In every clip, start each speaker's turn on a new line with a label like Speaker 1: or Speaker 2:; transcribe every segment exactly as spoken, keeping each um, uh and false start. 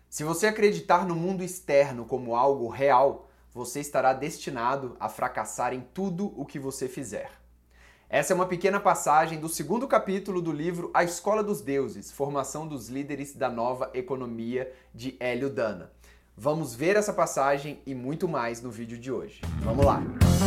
Speaker 1: Se você acreditar no mundo externo como algo real, você estará destinado a fracassar em tudo o que você fizer. Essa é uma pequena passagem do segundo capítulo do livro A Escola dos Deuses, Formação dos Líderes da Nova Economia, de Hélio Dana. Vamos ver essa passagem e muito mais no vídeo de hoje. Vamos lá!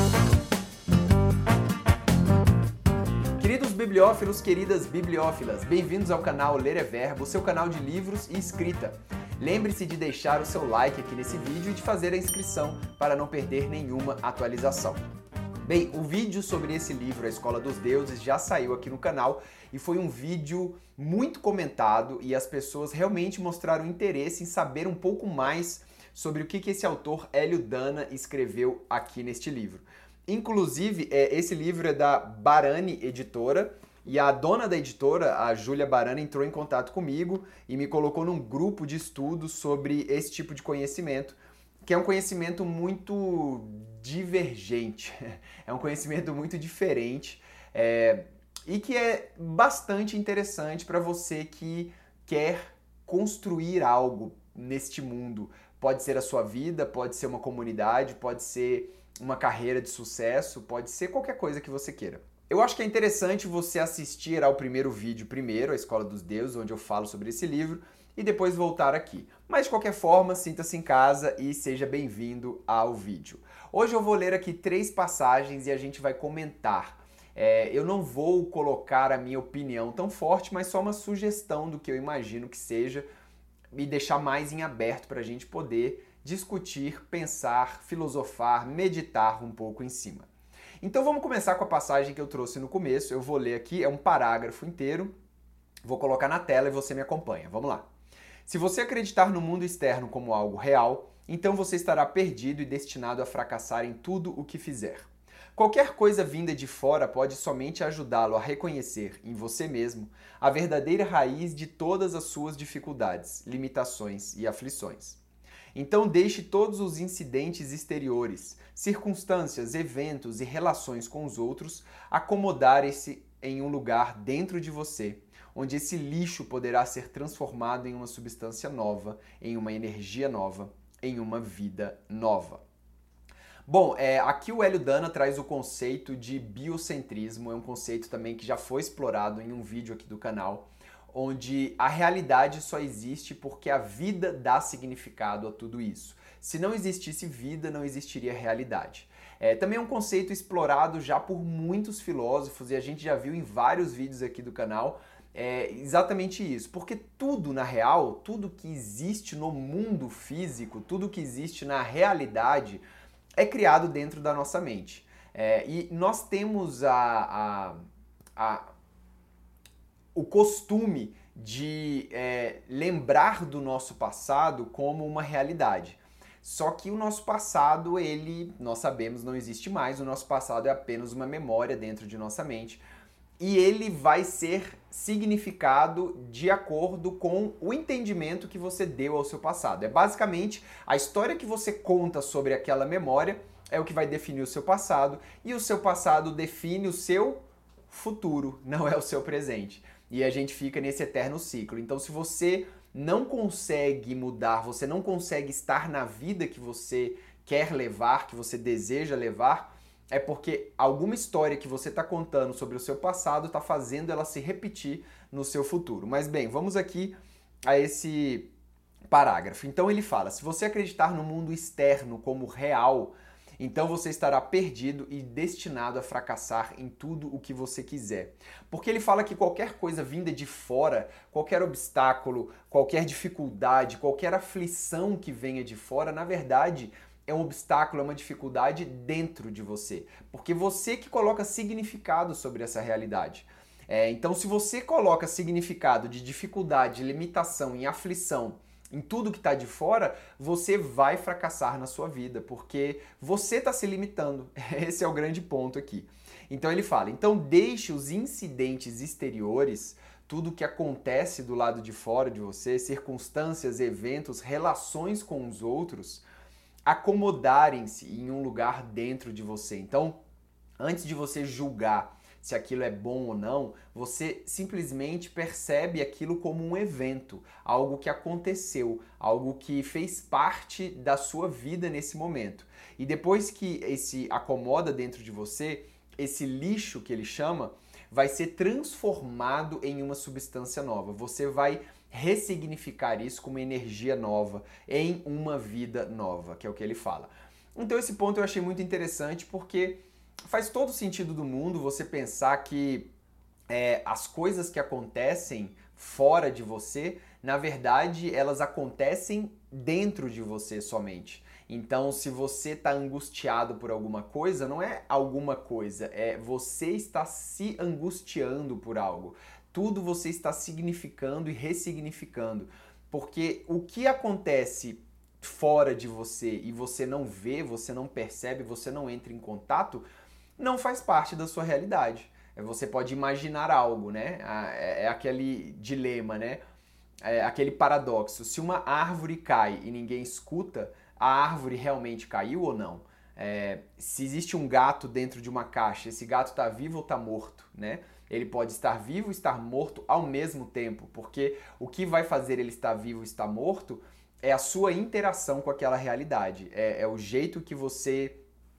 Speaker 1: Queridos bibliófilos, queridas bibliófilas, bem-vindos ao canal Ler é Verbo, seu canal de livros e escrita. Lembre-se de deixar o seu like aqui nesse vídeo e de fazer a inscrição para não perder nenhuma atualização. Bem, o vídeo sobre esse livro, A Escola dos Deuses, já saiu aqui no canal e foi um vídeo muito comentado e as pessoas realmente mostraram interesse em saber um pouco mais sobre o que esse autor Hélio Dana escreveu aqui neste livro. Inclusive, esse livro é da Barani Editora e a dona da editora, a Júlia Barani, entrou em contato comigo e me colocou num grupo de estudos sobre esse tipo de conhecimento, que é um conhecimento muito divergente, é um conhecimento muito diferente é, e que é bastante interessante para você que quer construir algo neste mundo. Pode ser a sua vida, pode ser uma comunidade, pode ser uma carreira de sucesso, pode ser qualquer coisa que você queira. Eu acho que é interessante você assistir ao primeiro vídeo primeiro, A Escola dos Deuses, onde eu falo sobre esse livro, e depois voltar aqui. Mas de qualquer forma, sinta-se em casa e seja bem-vindo ao vídeo. Hoje eu vou ler aqui três passagens e a gente vai comentar. É, eu não vou colocar a minha opinião tão forte, mas só uma sugestão do que eu imagino que seja e deixar mais em aberto para a gente poder discutir, pensar, filosofar, meditar um pouco em cima. Então vamos começar com a passagem que eu trouxe no começo. Eu vou ler aqui, é um parágrafo inteiro, vou colocar na tela e você me acompanha. Vamos lá. Se você acreditar no mundo externo como algo real, então você estará perdido e destinado a fracassar em tudo o que fizer. Qualquer coisa vinda de fora pode somente ajudá-lo a reconhecer em você mesmo a verdadeira raiz de todas as suas dificuldades, limitações e aflições. Então deixe todos os incidentes exteriores, circunstâncias, eventos e relações com os outros acomodarem-se em um lugar dentro de você, onde esse lixo poderá ser transformado em uma substância nova, em uma energia nova, em uma vida nova. Bom, é, aqui o Hélio Dana traz o conceito de biocentrismo, é um conceito também que já foi explorado em um vídeo aqui do canal, onde a realidade só existe porque a vida dá significado a tudo isso. Se não existisse vida, não existiria realidade. É, também é um conceito explorado já por muitos filósofos e a gente já viu em vários vídeos aqui do canal é, exatamente isso. Porque tudo na real, tudo que existe no mundo físico, tudo que existe na realidade é criado dentro da nossa mente. É, e nós temos a... a, a o costume de é, lembrar do nosso passado como uma realidade. Só que o nosso passado, ele, nós sabemos, não existe mais. O nosso passado é apenas uma memória dentro de nossa mente. E ele vai ser significado de acordo com o entendimento que você deu ao seu passado. É basicamente a história que você conta sobre aquela memória é o que vai definir o seu passado. E o seu passado define o seu futuro, não é o seu presente. E a gente fica nesse eterno ciclo. Então, se você não consegue mudar, você não consegue estar na vida que você quer levar, que você deseja levar, é porque alguma história que você está contando sobre o seu passado está fazendo ela se repetir no seu futuro. Mas bem, vamos aqui a esse parágrafo. Então ele fala, se você acreditar no mundo externo como real, então você estará perdido e destinado a fracassar em tudo o que você quiser. Porque ele fala que qualquer coisa vinda de fora, qualquer obstáculo, qualquer dificuldade, qualquer aflição que venha de fora, na verdade é um obstáculo, é uma dificuldade dentro de você. Porque você que coloca significado sobre essa realidade. É, então se você coloca significado de dificuldade, limitação e aflição em tudo que está de fora, você vai fracassar na sua vida, porque você está se limitando. Esse é o grande ponto aqui. Então ele fala, então deixe os incidentes exteriores, tudo que acontece do lado de fora de você, circunstâncias, eventos, relações com os outros, acomodarem-se em um lugar dentro de você. Então, antes de você julgar se aquilo é bom ou não, você simplesmente percebe aquilo como um evento, algo que aconteceu, algo que fez parte da sua vida nesse momento. E depois que esse acomoda dentro de você, esse lixo que ele chama, vai ser transformado em uma substância nova. Você vai ressignificar isso com uma energia nova, em uma vida nova, que é o que ele fala. Então esse ponto eu achei muito interessante porque faz todo sentido do mundo você pensar que é, as coisas que acontecem fora de você, na verdade, elas acontecem dentro de você somente. Então, se você está angustiado por alguma coisa, não é alguma coisa, é você está se angustiando por algo. Tudo você está significando e ressignificando. Porque o que acontece fora de você e você não vê, você não percebe, você não entra em contato, não faz parte da sua realidade. Você pode imaginar algo, né? É aquele dilema, né? É aquele paradoxo. Se uma árvore cai e ninguém escuta, a árvore realmente caiu ou não? É, se existe um gato dentro de uma caixa, esse gato está vivo ou está morto, né? Ele pode estar vivo e estar morto ao mesmo tempo, porque o que vai fazer ele estar vivo e estar morto é a sua interação com aquela realidade. É, é o jeito que você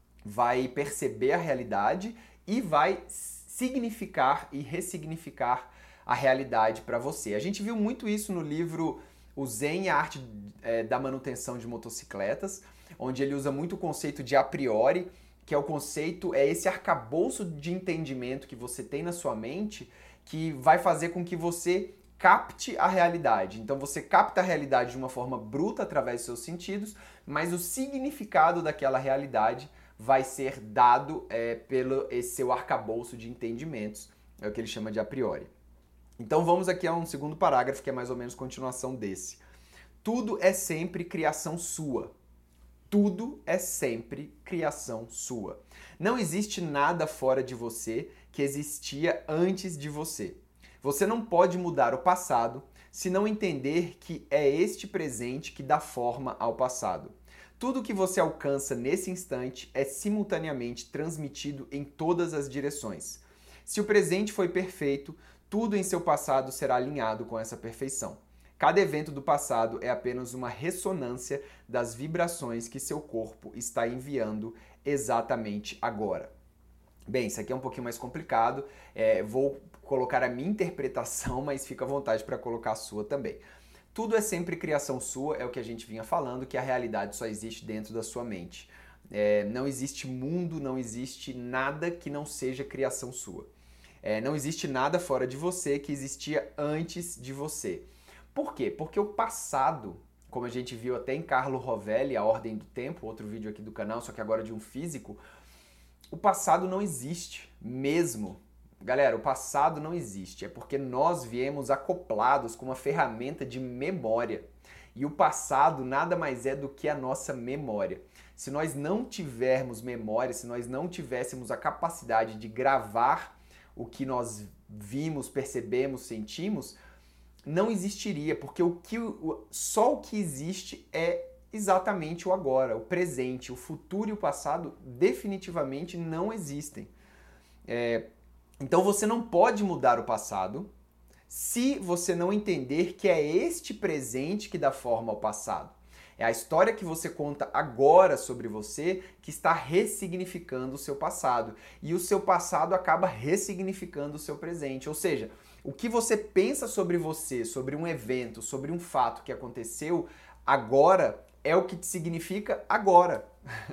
Speaker 1: vai perceber a realidade e vai significar e ressignificar a realidade para você. A gente viu muito isso no livro O Zen e a Arte é, da Manutenção de Motocicletas, onde ele usa muito o conceito de a priori, que é o conceito, é esse arcabouço de entendimento que você tem na sua mente que vai fazer com que você capte a realidade. Então você capta a realidade de uma forma bruta através dos seus sentidos, mas o significado daquela realidade vai ser dado é, pelo esse seu arcabouço de entendimentos, é o que ele chama de a priori. Então vamos aqui a um segundo parágrafo que é mais ou menos continuação desse. Tudo é sempre criação sua. Tudo é sempre criação sua. Não existe nada fora de você que existia antes de você. Você não pode mudar o passado se não entender que é este presente que dá forma ao passado. Tudo que você alcança nesse instante é simultaneamente transmitido em todas as direções. Se o presente foi perfeito, tudo em seu passado será alinhado com essa perfeição. Cada evento do passado é apenas uma ressonância das vibrações que seu corpo está enviando exatamente agora. Bem, isso aqui é um pouquinho mais complicado, é, vou colocar a minha interpretação, mas fica à vontade para colocar a sua também. Tudo é sempre criação sua, é o que a gente vinha falando, que a realidade só existe dentro da sua mente. É, não existe mundo, não existe nada que não seja criação sua. É, não existe nada fora de você que existia antes de você. Por quê? Porque o passado, como a gente viu até em Carlo Rovelli, A Ordem do Tempo, outro vídeo aqui do canal, só que agora de um físico, o passado não existe mesmo. Galera, o passado não existe, é porque nós viemos acoplados com uma ferramenta de memória. E o passado nada mais é do que a nossa memória. Se nós não tivermos memória, se nós não tivéssemos a capacidade de gravar o que nós vimos, percebemos, sentimos, não existiria, porque o que, só o que existe é exatamente o agora, o presente. O futuro e o passado definitivamente não existem. É, então você não pode mudar o passado se você não entender que é este presente que dá forma ao passado. É a história que você conta agora sobre você que está ressignificando o seu passado. E o seu passado acaba ressignificando o seu presente. Ou seja, o que você pensa sobre você, sobre um evento, sobre um fato que aconteceu agora, é o que te significa agora.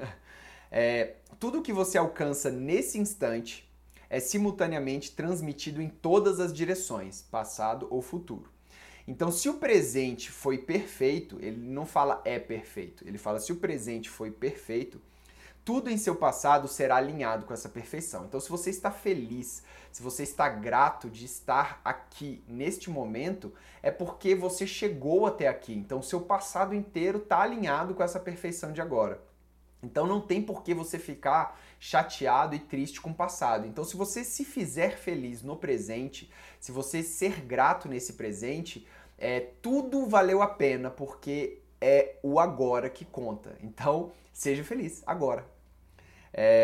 Speaker 1: É, tudo que você alcança nesse instante é simultaneamente transmitido em todas as direções, passado ou futuro. Então, se o presente foi perfeito, ele não fala é perfeito, ele fala se o presente foi perfeito, tudo em seu passado será alinhado com essa perfeição. Então, se você está feliz, se você está grato de estar aqui neste momento, é porque você chegou até aqui. Então, seu passado inteiro está alinhado com essa perfeição de agora. Então, não tem por que você ficar chateado e triste com o passado. Então, se você se fizer feliz no presente, se você ser grato nesse presente, é, tudo valeu a pena, porque é o agora que conta. Então, seja feliz agora. É,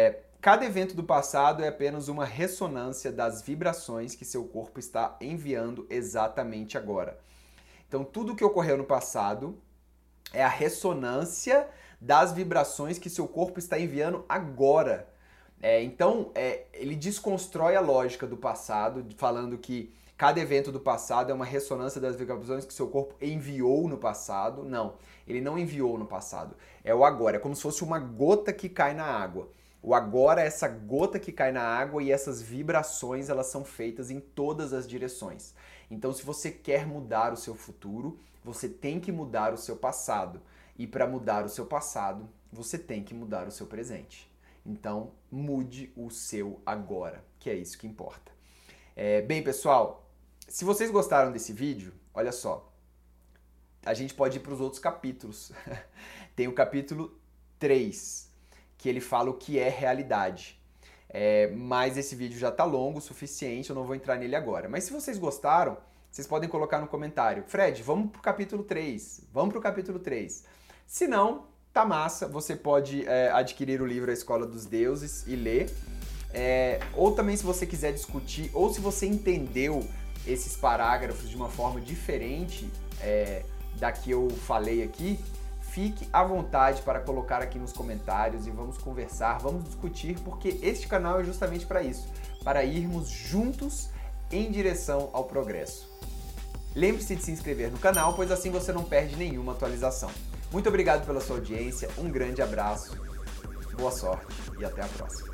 Speaker 1: cada evento do passado é apenas uma ressonância das vibrações que seu corpo está enviando exatamente agora. Então, tudo que ocorreu no passado é a ressonância das vibrações que seu corpo está enviando agora. É, então, é, ele desconstrói a lógica do passado, falando que cada evento do passado é uma ressonância das vibrações que seu corpo enviou no passado. Não, ele não enviou no passado. É o agora, é como se fosse uma gota que cai na água. O agora é essa gota que cai na água e essas vibrações, elas são feitas em todas as direções. Então, se você quer mudar o seu futuro, você tem que mudar o seu passado. E para mudar o seu passado, você tem que mudar o seu presente. Então, mude o seu agora, que é isso que importa. É, bem, pessoal, se vocês gostaram desse vídeo, olha só, a gente pode ir para os outros capítulos. Tem o capítulo três, que ele fala o que é realidade. É, mas esse vídeo já está longo o suficiente, eu não vou entrar nele agora. Mas se vocês gostaram, vocês podem colocar no comentário: Fred, vamos para o capítulo três, vamos para o capítulo três. Se não, tá massa, você pode é, adquirir o livro A Escola dos Deuses e ler. É, ou também, se você quiser discutir, ou se você entendeu esses parágrafos de uma forma diferente é, da que eu falei aqui, fique à vontade para colocar aqui nos comentários e vamos conversar, vamos discutir, porque este canal é justamente para isso, para irmos juntos em direção ao progresso. Lembre-se de se inscrever no canal, pois assim você não perde nenhuma atualização. Muito obrigado pela sua audiência, um grande abraço, boa sorte e até a próxima.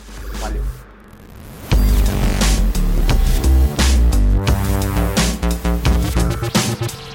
Speaker 1: Valeu!